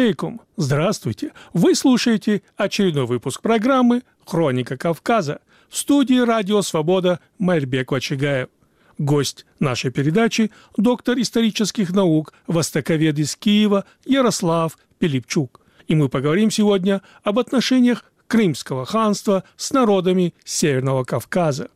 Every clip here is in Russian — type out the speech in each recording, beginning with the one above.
алейкум! Здравствуйте! Вы слушаете очередной выпуск программы «Хроника Кавказа». В студии «Радио Свобода» Майрбек Вачигаев. Гость нашей передачи – доктор исторических наук, востоковед из Киева Ярослав Пилипчук. И мы поговорим сегодня об отношениях Крымского ханства с народами Северного Кавказа.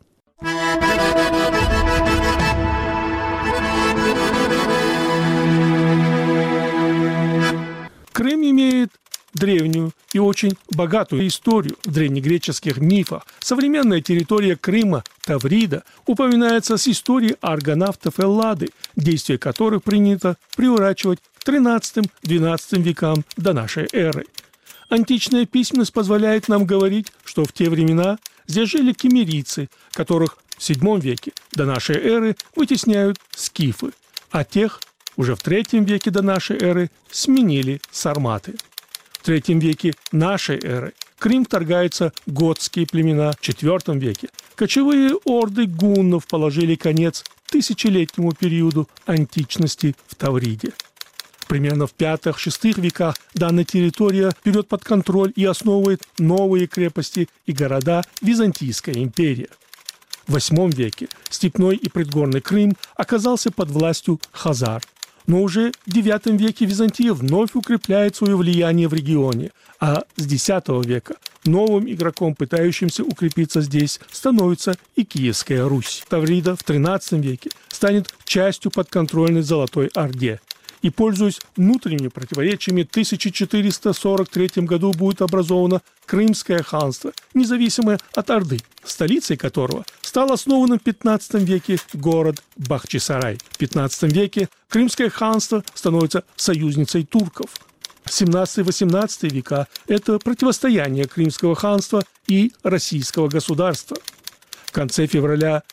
Крым имеет древнюю и очень богатую историю в древнегреческих мифах. Современная территория Крыма, Таврида, упоминается с историей аргонавтов Эллады, действия которых принято приурачивать к XIII-XII векам до нашей эры. Античная письменность позволяет нам говорить, что в те времена здесь жили киммерийцы, которых в VII веке до нашей эры вытесняют скифы, а тех уже в III веке до нашей эры сменили сарматы. В III веке нашей эры в Крым вторгаются готские племена. В IV веке кочевые орды гуннов положили конец тысячелетнему периоду античности в Тавриде. Примерно в V-VI веках данная территория берет под контроль и основывает новые крепости и города Византийская империя. В VIII веке степной и предгорный Крым оказался под властью хазар. Но уже в IX веке Византия вновь укрепляет свое влияние в регионе, а с X века новым игроком, пытающимся укрепиться здесь, становится и Киевская Русь. Таврида в XIII веке станет частью подконтрольной Золотой Орде. И, пользуясь внутренними противоречиями, в 1443 году будет образовано Крымское ханство, независимое от Орды, столицей которого стал основанным в XV веке город Бахчисарай. В XV веке Крымское ханство становится союзницей турков. XVII-XVIII века – это противостояние Крымского ханства и российского государства. В конце февраля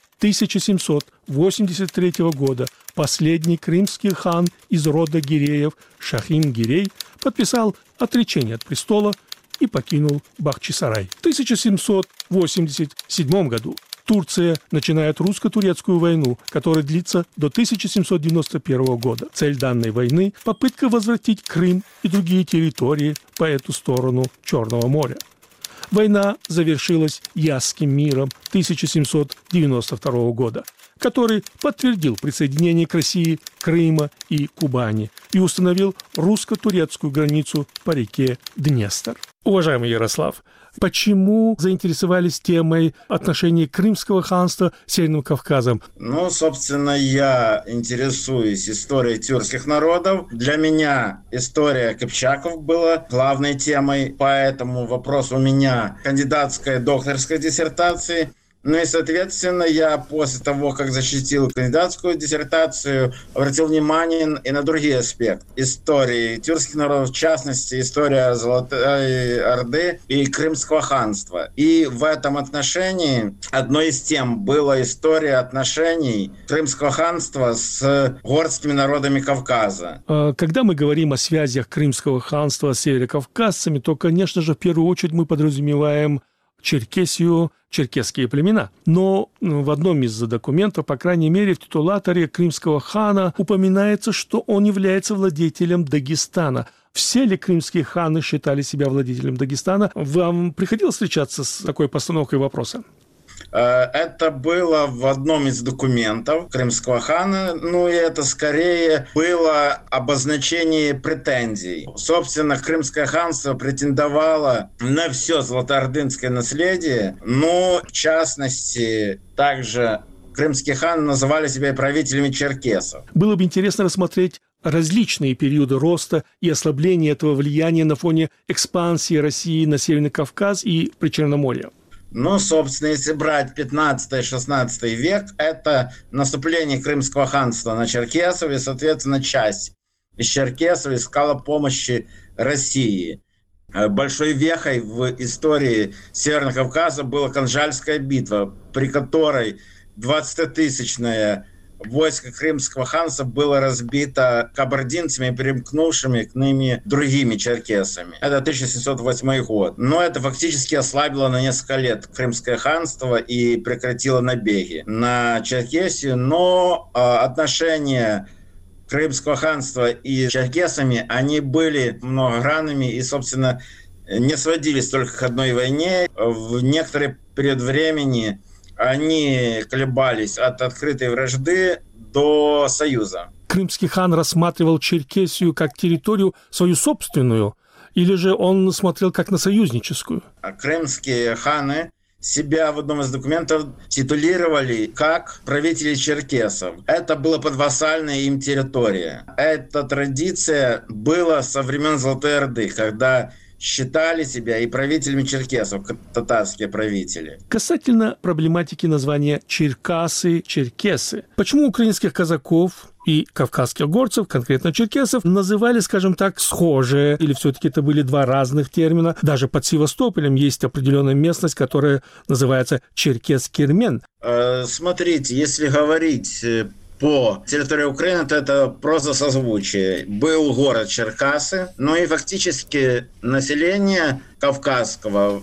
1783 года последний крымский хан из рода Гиреев Шахин-Гирей подписал отречение от престола и покинул Бахчисарай. В 1787 году Турция начинает русско-турецкую войну, которая длится до 1791 года. Цель данной войны – попытка возвратить Крым и другие территории по эту сторону Черного моря. Война завершилась Ясским миром 1792 года, который подтвердил присоединение к России Крыма и Кубани и установил русско-турецкую границу по реке Днестр. Уважаемый Ярослав, почему заинтересовались темой отношений Крымского ханства с Северным Кавказом? Собственно, я интересуюсь историей тюркских народов. Для меня история кыпчаков была главной темой, поэтому вопрос у меня кандидатской, докторской диссертации. И, соответственно, я после того, как защитил кандидатскую диссертацию, обратил внимание и на другие аспекты истории тюркских народов, в частности, история Золотой Орды и Крымского ханства. И в этом отношении одной из тем была история отношений Крымского ханства с горскими народами Кавказа. Когда мы говорим о связях Крымского ханства с северокавказцами, то, конечно же, в первую очередь мы подразумеваем Черкесию, черкесские племена. Но в одном из документов, по крайней мере, в титулаторе крымского хана упоминается, что он является владетелем Дагестана. Все ли крымские ханы считали себя владетелем Дагестана? Вам приходилось встречаться с такой постановкой вопроса? Это было в одном из документов крымского хана, и это скорее было обозначение претензий. Собственно, Крымское ханство претендовало на все золотоордынское наследие, но в частности также крымские ханы называли себя правителями черкесов. Было бы интересно рассмотреть различные периоды роста и ослабления этого влияния на фоне экспансии России на Северный Кавказ и Причерноморье. Собственно, если брать 15-16 век, это наступление Крымского ханства на черкесов, и, соответственно, часть из черкесов искала помощи России. Большой вехой в истории Северного Кавказа была Канжальская битва, при которой 20-тысячная войско Крымского ханства было разбито кабардинцами, примкнувшими к ними другими черкесами. Это 1708 год. Но это фактически ослабило на несколько лет Крымское ханство и прекратило набеги на Черкесию. Но отношения Крымского ханства и черкесами, они были многогранными и, собственно, не сводились только к одной войне. В некоторый период времени они колебались от открытой вражды до союза. Крымский хан рассматривал Черкесию как территорию свою собственную, или же он смотрел как на союзническую? Крымские ханы себя в одном из документов титулировали как правители черкесов. Это была подвассальная им территория. Эта традиция была со времен Золотой Орды, когда считали себя и правителями черкесов, татарские правители. Касательно проблематики названия Черкасы, черкесы. Почему украинских казаков и кавказских горцев, конкретно черкесов, называли, скажем так, схожие? Или все-таки это были два разных термина? Даже под Севастополем есть определенная местность, которая называется Черкес-Кирмен. Смотрите, если говорить по территории Украины, то это просто созвучие. Был город Черкасы, но и фактически населения кавказского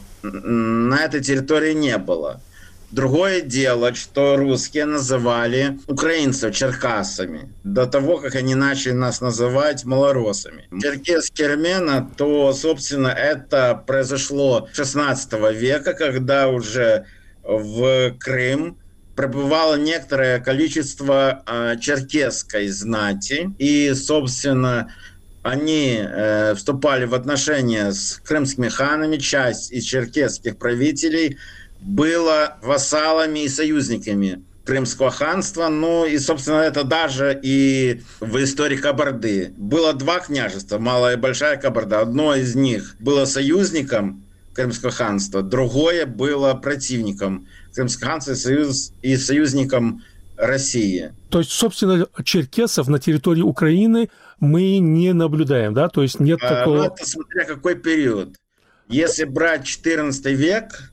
на этой территории не было. Другое дело, что русские называли украинцев черкасами до того, как они начали нас называть малоросами. Черкес-Кирмена, то, собственно, это произошло 16 века, когда уже в Крым пребывало некоторое количество черкесской знати, и, собственно, они вступали в отношения с крымскими ханами. Часть из черкесских правителей была вассалами и союзниками Крымского ханства. Ну и, собственно, это даже и в истории Кабарды. Было два княжества, Малая и Большая Кабарда. Одно из них было союзником Крымского ханства, другое было противником Крымского ханства и союзником России. То есть, собственно, черкесов на территории Украины мы не наблюдаем, да? То есть нет такого... Ну, это смотря какой период. Если брать 14 век,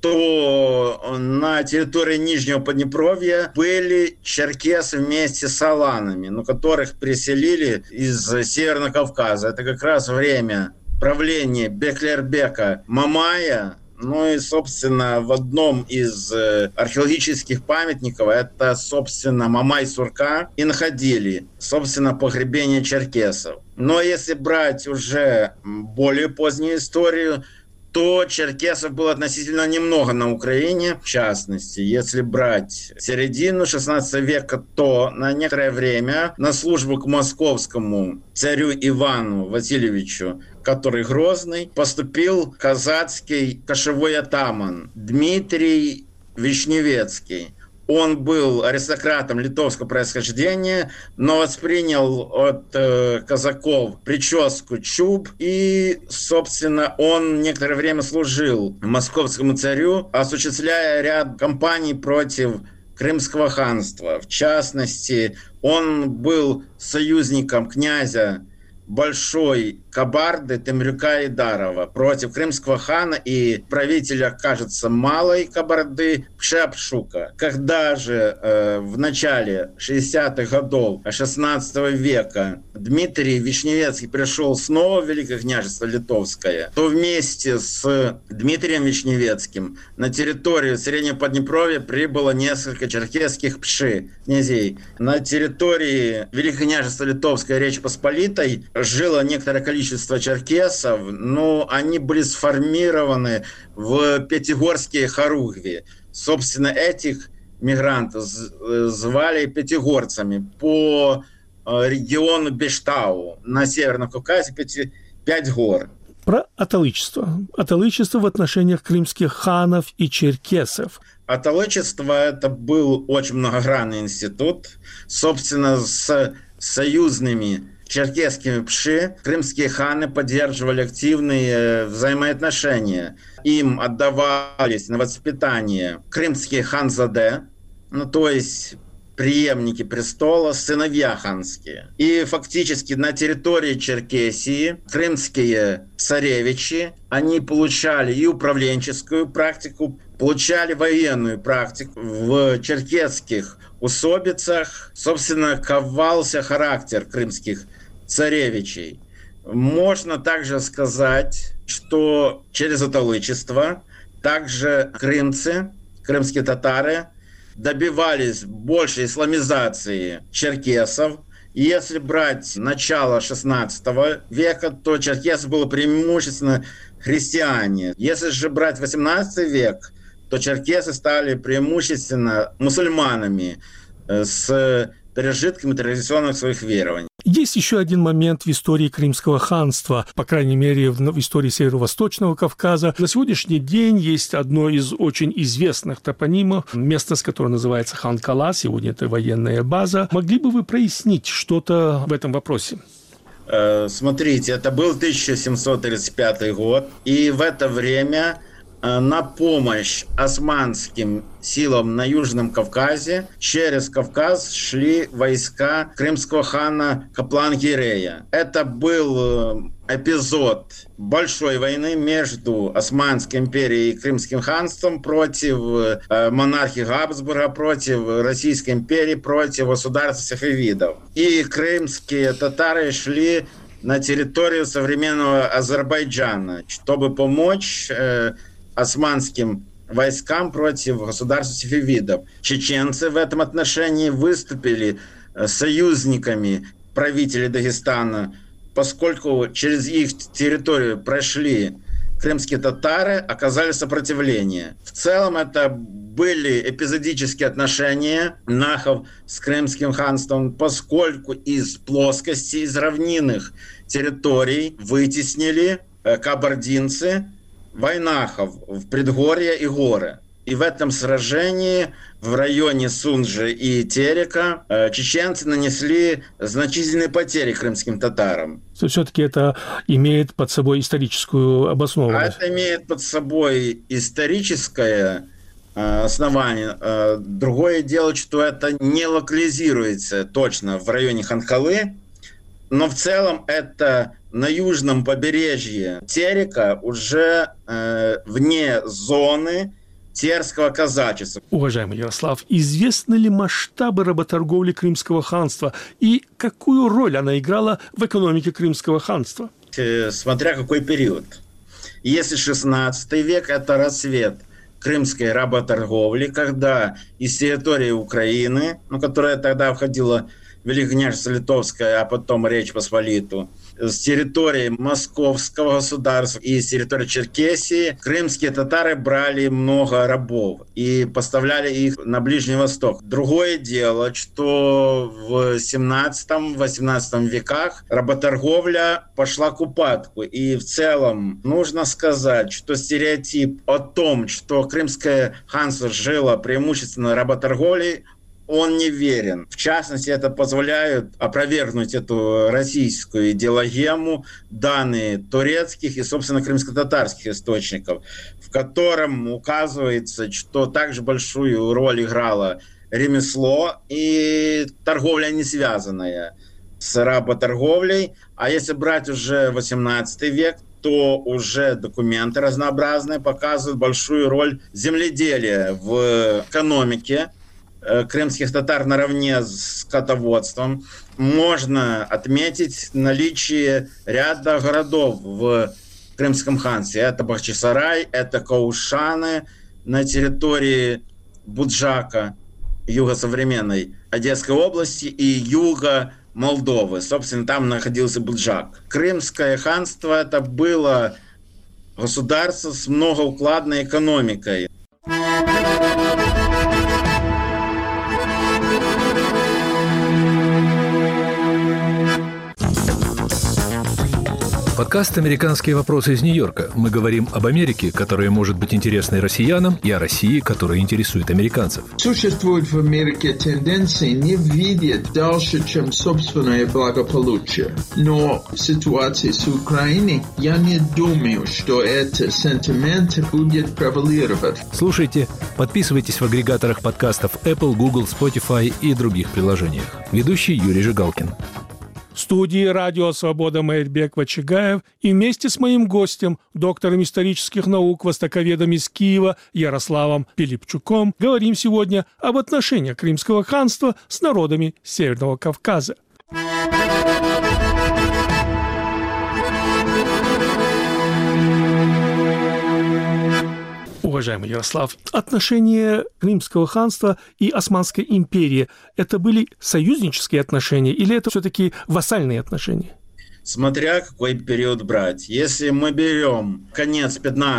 то на территории Нижнего Поднепровья были черкесы вместе с аланами, но которых переселили из Северного Кавказа. Это как раз время правления Беклербека Мамая. Ну и, собственно, в одном из археологических памятников, это, собственно, Мамай-Сурка, и находили, собственно, погребение черкесов. Но если брать уже более позднюю историю, то черкесов было относительно немного на Украине. В частности, если брать середину 16 века, то на некоторое время на службу к московскому царю Ивану Васильевичу, который Грозный, поступил казацкий кошевой атаман Дмитрий Вишневецкий. Он был аристократом литовского происхождения, но воспринял от казаков прическу чуб, и, собственно, он некоторое время служил московскому царю, осуществляя ряд кампаний против Крымского ханства. В частности, он был союзником князя Большой Кабарды Темрюка Идарова против крымского хана и правителя, кажется, Малой Кабарды Пшепшука. Когда же в начале 60-х годов 16 века Дмитрий Вишневецкий пришел снова в Великое княжество Литовское, то вместе с Дмитрием Вишневецким на территорию Среднего Поднепровья прибыло несколько черкесских пши, князей. На территории Великого княжества Литовской Речи Посполитой жило некоторое количество черкесов, но они были сформированы в Пятигорские хоругви. Собственно, этих мигрантов звали пятигорцами по региону Бештау. На Северном Кавказе 5 гор. Про аталычество. Аталычество в отношениях крымских ханов и черкесов. Аталычество – это был очень многогранный институт. Собственно, с союзными черкесскими пши крымские ханы поддерживали активные взаимоотношения. Им отдавались на воспитание крымские ханзаде, ну то есть преемники престола, сыновья ханские. И фактически на территории Черкесии крымские царевичи, они получали и управленческую практику, получали военную практику. В черкесских усобицах, собственно, ковался характер крымских царевичей. Можно также сказать, что через аталычество также крымцы, крымские татары добивались большей исламизации черкесов И если брать начало 16 века, то черкесы было преимущественно христиане. Если же брать 18 век, то черкесы стали преимущественно мусульманами с пережитками традиционных своих верований. Есть еще один момент в истории Крымского ханства, по крайней мере, в истории Северо-Восточного Кавказа. На сегодняшний день есть одно из очень известных топонимов, место, которое называется Ханкала, сегодня это военная база. Могли бы вы прояснить что-то в этом вопросе? Смотрите, это был 1735 год, и в это время на помощь османским силам на Южном Кавказе через Кавказ шли войска крымского хана Каплан-Гирея. Это был эпизод большой войны между Османской империей и Крымским ханством против монархии Габсбурга, против Российской империи, против государства сефевидов. И крымские татары шли на территорию современного Азербайджана, чтобы помочь османским войскам против государства сефевидов. Чеченцы в этом отношении выступили союзниками правителей Дагестана, поскольку через их территорию прошли крымские татары, оказали сопротивление. В целом это были эпизодические отношения нахов с Крымским ханством, поскольку из плоскости, из равнинных территорий вытеснили кабардинцы вайнахов в предгорье и горы. И в этом сражении в районе Сунжи и Терека чеченцы нанесли значительные потери крымским татарам. Все-таки это имеет под собой историческую обоснованность. Это имеет под собой историческое основание. Другое дело, что это не локализируется точно в районе Ханкалы, но в целом это на южном побережье Терека, уже вне зоны терского казачества. Уважаемый Ярослав, известны ли масштабы работорговли Крымского ханства и какую роль она играла в экономике Крымского ханства? Смотря какой период. Если 16 век – это расцвет крымской работорговли, когда из территории Украины, которая тогда входила в Великое княжество Литовское, а потом Речь Посполитую, с территории Московского государства и с территории Черкесии крымские татары брали много рабов и поставляли их на Ближний Восток. Другое дело, что в 17-18 веках работорговля пошла к упадку. И в целом нужно сказать, что стереотип о том, что Крымское ханство жило преимущественно работорговлей, он неверен. В частности, это позволяет опровергнуть эту российскую идеологему данные турецких и, собственно, крымско-татарских источников, в котором указывается, что также большую роль играло ремесло и торговля не связанная с работорговлей. А если брать уже 18 век, то уже документы разнообразные показывают большую роль земледелия в экономике крымских татар наравне с скотоводством. Можно отметить наличие ряда городов в Крымском ханстве. Это Бахчисарай, это Каушаны на территории Буджака, юго-современной Одесской области, и юга Молдовы. Собственно, там находился Буджак. Крымское ханство – это было государство с многоукладной экономикой. Подкаст «Американские вопросы» из Нью-Йорка. Мы говорим об Америке, которая может быть интересной россиянам, и о России, которая интересует американцев. Существует в Америке тенденции не видеть дальше, чем собственное благополучие. Но в ситуации с Украиной я не думаю, что этот сентимент будет превалировать. Слушайте, подписывайтесь в агрегаторах подкастов Apple, Google, Spotify и других приложениях. Ведущий Юрий Жигалкин. В студии «Радио Свобода» Мейрбек Вачигаев и вместе с моим гостем, доктором исторических наук, востоковедом из Киева Ярославом Пилипчуком, говорим сегодня об отношениях Крымского ханства с народами Северного Кавказа. Уважаемый Ярослав, отношения Крымского ханства и Османской империи – это были союзнические отношения или это все-таки вассальные отношения? Смотря какой период брать. Если мы берем конец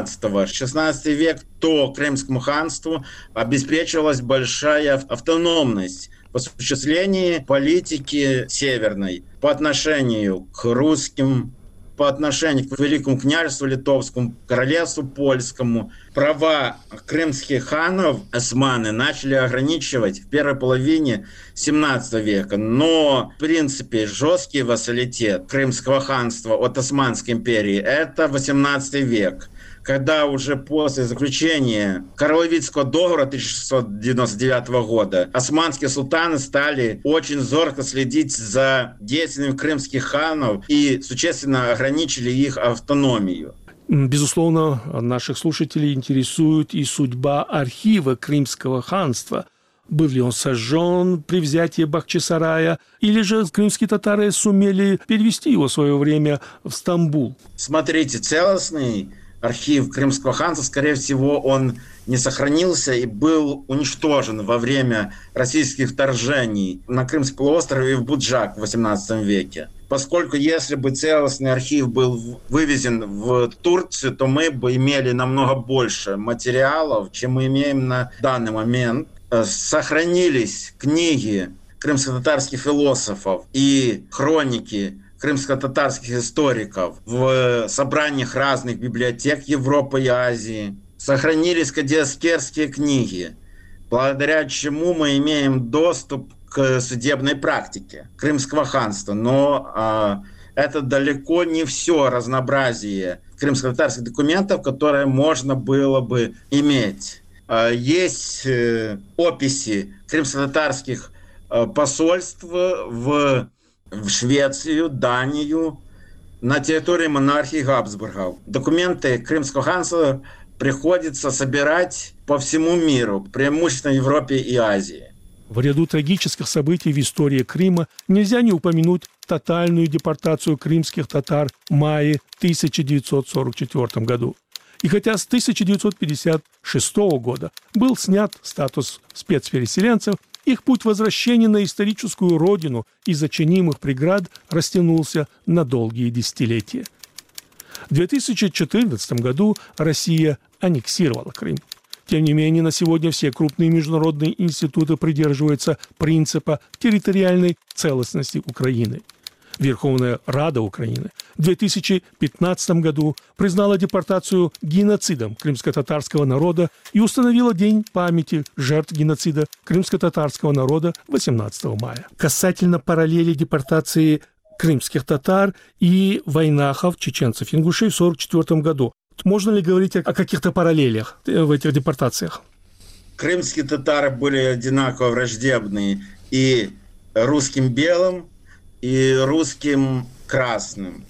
15-16 век, то Крымскому ханству обеспечивалась большая автономность в осуществлении политики северной по отношению к русским, по отношению к Великому княжеству Литовскому, Королевству Польскому. Права крымских ханов османы начали ограничивать в первой половине 17 века. Но, в принципе, жесткий вассалитет Крымского ханства от Османской империи – это 18 век, когда уже после заключения Карловицкого договора 1699 года османские султаны стали очень зорко следить за действиями крымских ханов и существенно ограничили их автономию. Безусловно, наших слушателей интересует и судьба архива Крымского ханства. Был ли он сожжен при взятии Бахчисарая, или же крымские татары сумели перевести его в свое время в Стамбул? Смотрите, целостный архив Крымского ханства, скорее всего, он не сохранился и был уничтожен во время российских вторжений на Крымский полуостров и в Буджак в XVIII веке. Поскольку если бы целостный архив был вывезен в Турцию, то мы бы имели намного больше материалов, чем мы имеем на данный момент. Сохранились книги крымско-татарских философов и хроники крымско-татарских историков в собраниях разных библиотек Европы и Азии. Сохранились кадиаскерские книги, благодаря чему мы имеем доступ к судебной практике Крымского ханства. Но это далеко не все разнообразие крымско-татарских документов, которые можно было бы иметь. Есть описи крымско-татарских посольств в Швецию, Данию, на территории монархии Габсбургов. Документы Крымского ханства приходится собирать по всему миру, преимущественно в Европе и Азии. В ряду трагических событий в истории Крыма нельзя не упомянуть тотальную депортацию крымских татар в мае 1944 году. И хотя с 1956 года был снят статус спецпереселенцев, их путь возвращения на историческую родину из-за чинимых преград растянулся на долгие десятилетия. В 2014 году Россия аннексировала Крым. Тем не менее, на сегодня все крупные международные институты придерживаются принципа территориальной целостности Украины. Верховная Рада Украины в 2015 году признала депортацию геноцидом крымско-татарского народа и установила День памяти жертв геноцида крымско-татарского народа 18 мая. Касательно параллели депортации крымских татар и войнахов, чеченцев, ингушей в 1944 году, можно ли говорить о каких-то параллелях в этих депортациях? Крымские татары были одинаково враждебны и русским белым, и русским красным.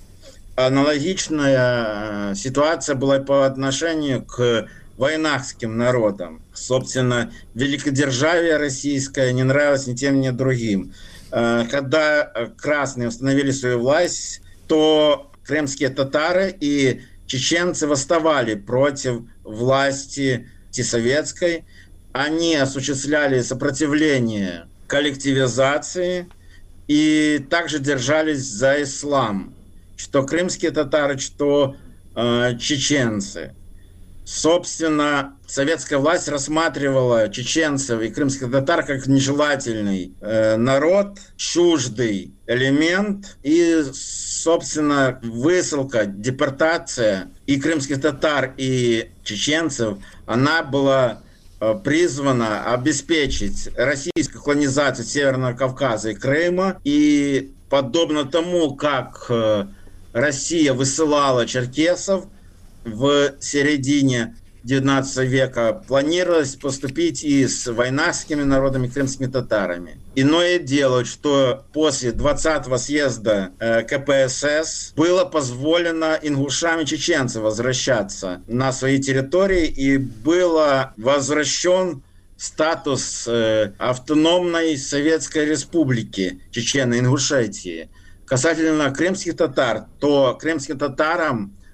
Аналогичная ситуация была по отношению к войнахским народам. Собственно, великодержавие российское не нравилось ни тем, ни другим. Когда красные установили свою власть, то крымские татары и чеченцы восставали против власти советской. Они осуществляли сопротивление коллективизации и также держались за ислам, что крымские татары, что чеченцы. Собственно, советская власть рассматривала чеченцев и крымских татар как нежелательный народ, чуждый элемент, и, собственно, высылка, депортация и крымских татар, и чеченцев, она была призвана обеспечить российскую колонизацию Северного Кавказа и Крыма. И подобно тому, как Россия высылала черкесов в середине XIX века, планировалось поступить и с войнахскими народами, крымскими татарами. Иное дело, что после 20-го съезда КПСС было позволено ингушам и чеченцам возвращаться на свои территории, и был возвращен статус автономной Советской Республики Чечено-Ингушетии. Касательно крымских татар, то крымским татарам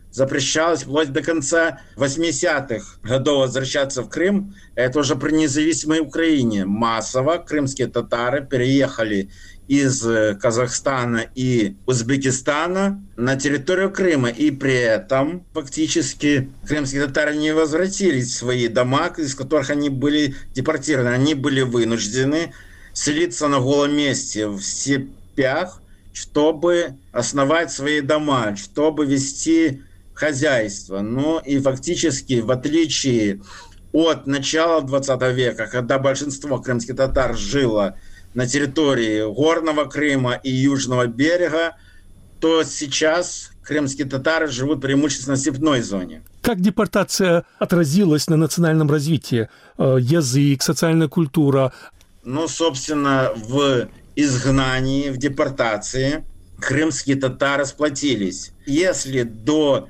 запрещалось вплоть до конца 80-х годов возвращаться в Крым. Это уже при независимой Украине. Массово крымские татары переехали из Казахстана и Узбекистана на территорию Крыма. И при этом фактически крымские татары не возвратились в свои дома, из которых они были депортированы. Они были вынуждены селиться на голом месте в степях, чтобы основать свои дома, чтобы вести хозяйство. Ну и фактически, в отличие от начала 20 века, когда большинство крымских татар жило на территории Горного Крыма и Южного берега, то сейчас крымские татары живут преимущественно в степной зоне. Как депортация отразилась на национальном развитии? Язык, социальная культура? Ну, собственно, в изгнании, в депортации крымские татары сплотились. Если до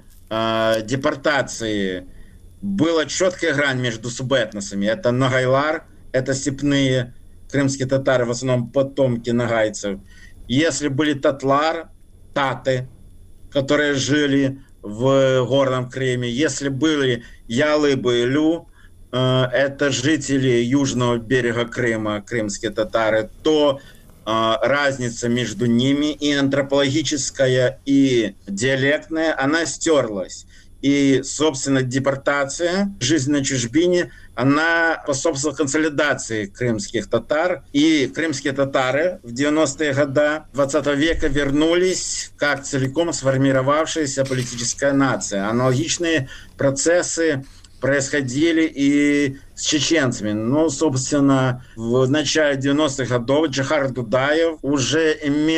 депортации была четкая грань между субэтносами, это нагайлар, это степные крымские татары, в основном потомки нагайцев. Если были татлар, таты, которые жили в Горном Крыме, если были ялы-байлю, это жители южного берега Крыма, крымские татары, то разница между ними и антропологическая, и диалектная, она стерлась. И, собственно, депортация, жизнь на чужбине, она способствовала консолидации крымских татар. И крымские татары в 90-е годы 20 века вернулись как целиком сформировавшаяся политическая нация. Аналогичные процессы происходили и с чеченцами. Ну, собственно, в начале 90-х годов Джохар Дудаев уже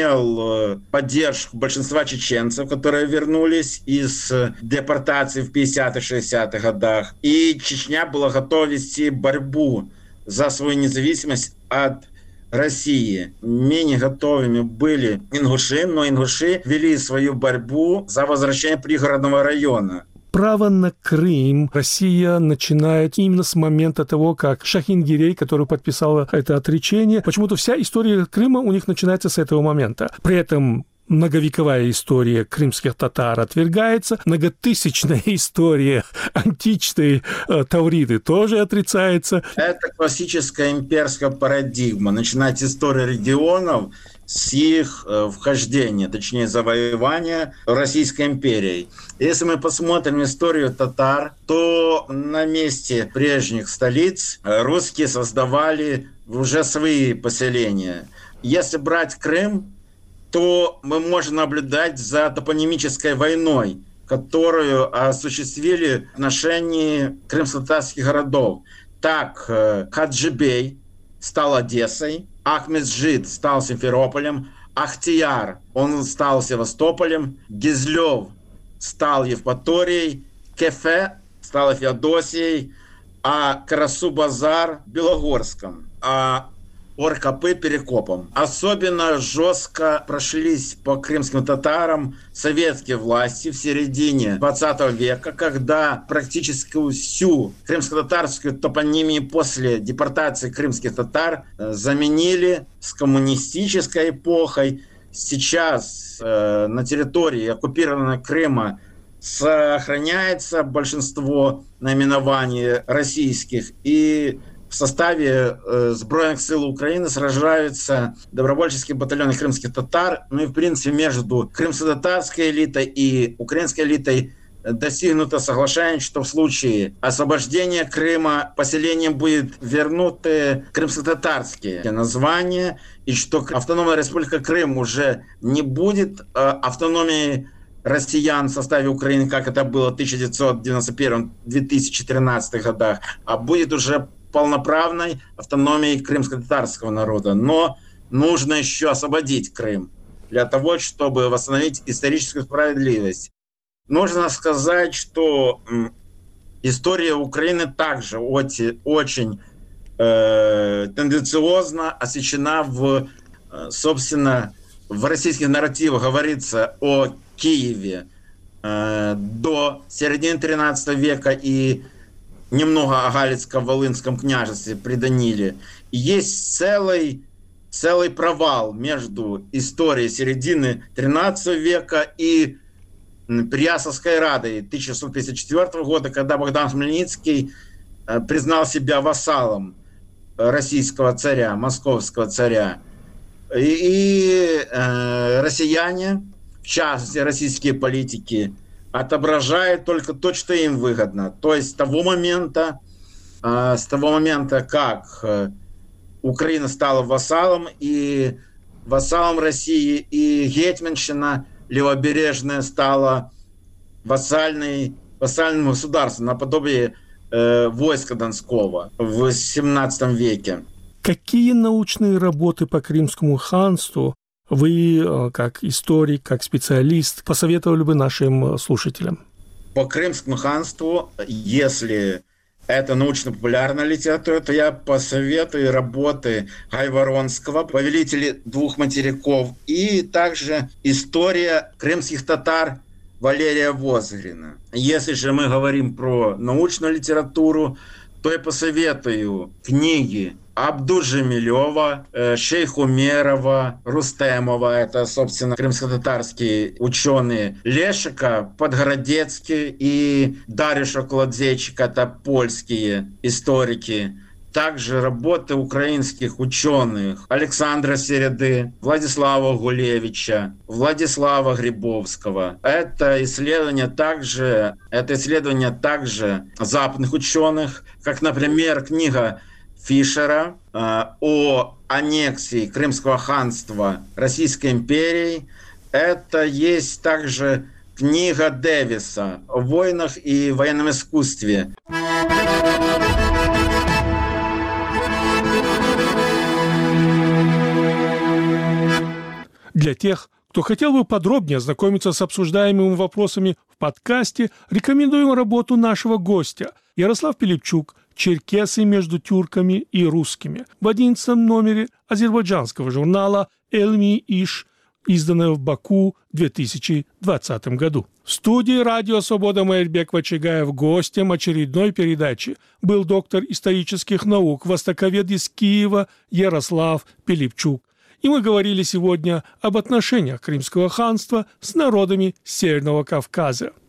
имел поддержку большинства чеченцев, которые вернулись из депортации в 50-х, 60-х годах. И Чечня была готова вести борьбу за свою независимость от России. Менее готовыми были ингуши, но ингуши вели свою борьбу за возвращение пригородного района. Право на Крым Россия начинает именно с момента того, как Шахин-Гирей, который подписал это отречение, почему-то вся история Крыма у них начинается с этого момента. При этом многовековая история крымских татар отвергается, многотысячная история античной Тавриды тоже отрицается. Это классическая имперская парадигма. Начинать историю регионов с их вхождения, точнее завоевания Российской империей. Если мы посмотрим историю татар, то на месте прежних столиц русские создавали уже свои поселения. Если брать Крым, то мы можем наблюдать за топонимической войной, которую осуществили в отношении крымско-татарских городов. Так, Хаджибей стал Одессой, Ахмеджид стал Симферополем, Ахтияр, он стал Севастополем, Гизлев стал Евпаторией, Кефе стал Феодосией, а Карасу-Базар – Белогорском, а Оркапы – Перекопом. Особенно жестко прошлись по крымским татарам советские власти в середине 20 века, когда практически всю крымско-татарскую топонимию после депортации крымских татар заменили с коммунистической эпохой. Сейчас на территории оккупированного Крыма сохраняется большинство наименований российских, и в составе Сбройных сил Украины сражаются добровольческие батальоны крымских татар. Ну и, в принципе, между крымско-татарской элитой и украинской элитой достигнуто соглашение, что в случае освобождения Крыма поселением будет вернуты крымско-татарские названия, и что Автономная Республика Крым уже не будет автономией россиян в составе Украины, как это было в 1991-2013 годах, а будет уже полноправной автономией крымско-татарского народа. Но нужно еще освободить Крым для того, чтобы восстановить историческую справедливость. Нужно сказать, что история Украины также очень тенденциозно освещена собственно, в российских нарративах. Говорится о Киеве до середины XIII века и немного о Галицко-Волынском княжестве при Даниле. И есть целый провал между историей середины XIII века и Переяславской Радой 1654 года, когда Богдан Хмельницкий признал себя вассалом российского царя, московского царя. И россияне, в частности российские политики, отображают только то, что им выгодно. То есть с того момента, как Украина стала вассалом России, и гетьманщина левобережная стала вассальным государством, наподобие войска Донского в XVII веке. Какие научные работы по Крымскому ханству вы, как историк, как специалист, посоветовали бы нашим слушателям? По Крымскому ханству, если это научно-популярная литература, то я посоветую работы Гайворонского «Повелители двух материков» и также «История крымских татар» Валерия Возгрина. Если же мы говорим про научную литературу, то я посоветую книги Абду-Джемилева, Шейхумерова, Рустемова, это, собственно, крымско-татарские ученые, Лешика, Подгородецкий и Дариуша Колодзейчика, это польские историки. Также работы украинских ученых Александра Середы, Владислава Гулевича, Владислава Грибовского. Это исследования также западных ученых, как, например, книга Фишера о аннексии Крымского ханства Российской империей. Это есть также книга Дэвиса о войнах и военном искусстве. Для тех, кто хотел бы подробнее ознакомиться с обсуждаемыми вопросами в подкасте, рекомендуем работу нашего гостя Ярослав Пилипчук «Черкесы между тюрками и русскими» в 11-м номере азербайджанского журнала «Элми-Иш», изданное в Баку в 2020 году. В студии «Радио Свобода» Майрбек Вачигаев гостем очередной передачи был доктор исторических наук, востоковед из Киева Ярослав Пилипчук. И мы говорили сегодня об отношениях Крымского ханства с народами Северного Кавказа.